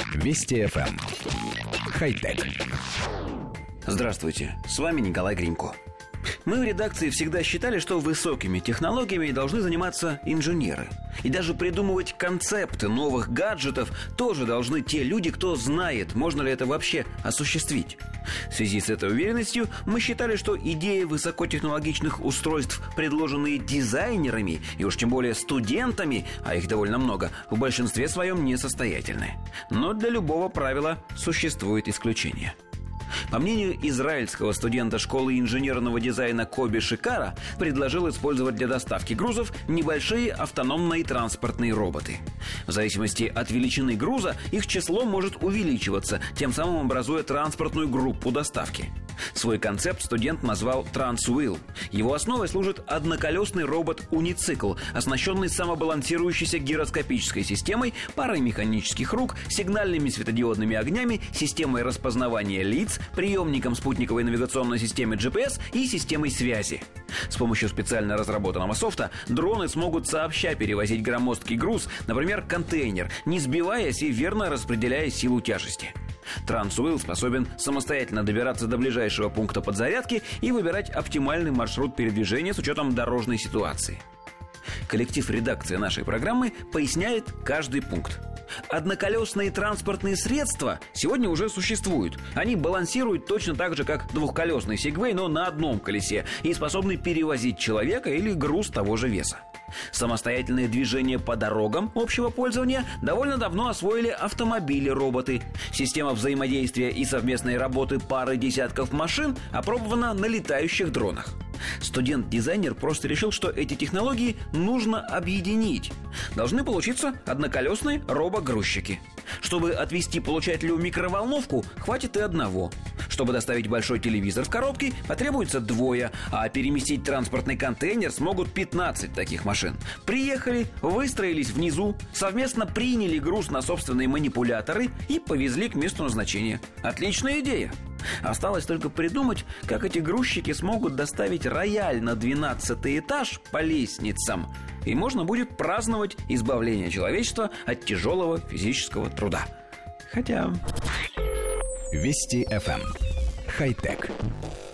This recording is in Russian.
Вести ФМ. Хай-тек. Здравствуйте, с вами Николай Гринько. Мы в редакции всегда считали, что высокими технологиями должны заниматься инженеры. И даже придумывать концепты новых гаджетов тоже должны те люди, кто знает, можно ли это вообще осуществить. В связи с этой уверенностью мы считали, что идеи высокотехнологичных устройств, предложенные дизайнерами и уж тем более студентами, а их довольно много, в большинстве своем несостоятельны. Но для любого правила существует исключение. По мнению израильского студента школы инженерного дизайна Коби Шикара, предложил использовать для доставки грузов небольшие автономные транспортные роботы. В зависимости от величины груза их число может увеличиваться, тем самым образуя транспортную группу доставки. Свой концепт студент назвал TransWheel. Его основой служит одноколесный робот-уницикл, оснащенный самобалансирующейся гироскопической системой, парой механических рук, сигнальными светодиодными огнями, системой распознавания лиц, приемником спутниковой навигационной системы GPS и системой связи. С помощью специально разработанного софта дроны смогут сообща перевозить громоздкий груз, например, контейнер, не сбиваясь и верно распределяя силу тяжести. TransWheel способен самостоятельно добираться до ближайшего пункта подзарядки и выбирать оптимальный маршрут передвижения с учетом дорожной ситуации. Коллектив редакции нашей программы поясняет каждый пункт. Одноколесные транспортные средства сегодня уже существуют. Они балансируют точно так же, как двухколесный сегвей, но на одном колесе, и способны перевозить человека или груз того же веса. Самостоятельное движение по дорогам общего пользования довольно давно освоили автомобили-роботы. Система взаимодействия и совместной работы пары десятков машин опробована на летающих дронах. Студент-дизайнер просто решил, что эти технологии нужно объединить. Должны получиться одноколесные робогрузчики. Чтобы отвезти получателю микроволновку, хватит и одного. Чтобы доставить большой телевизор в коробке, потребуется двое, а переместить транспортный контейнер смогут 15 таких машин. Приехали, выстроились внизу, совместно приняли груз на собственные манипуляторы и повезли к месту назначения. Отличная идея! Осталось только придумать, как эти грузчики смогут доставить рояль на 12-й этаж по лестницам. И можно будет праздновать избавление человечества от тяжелого физического труда. Хотя... Вести ФМ. Хай-тек.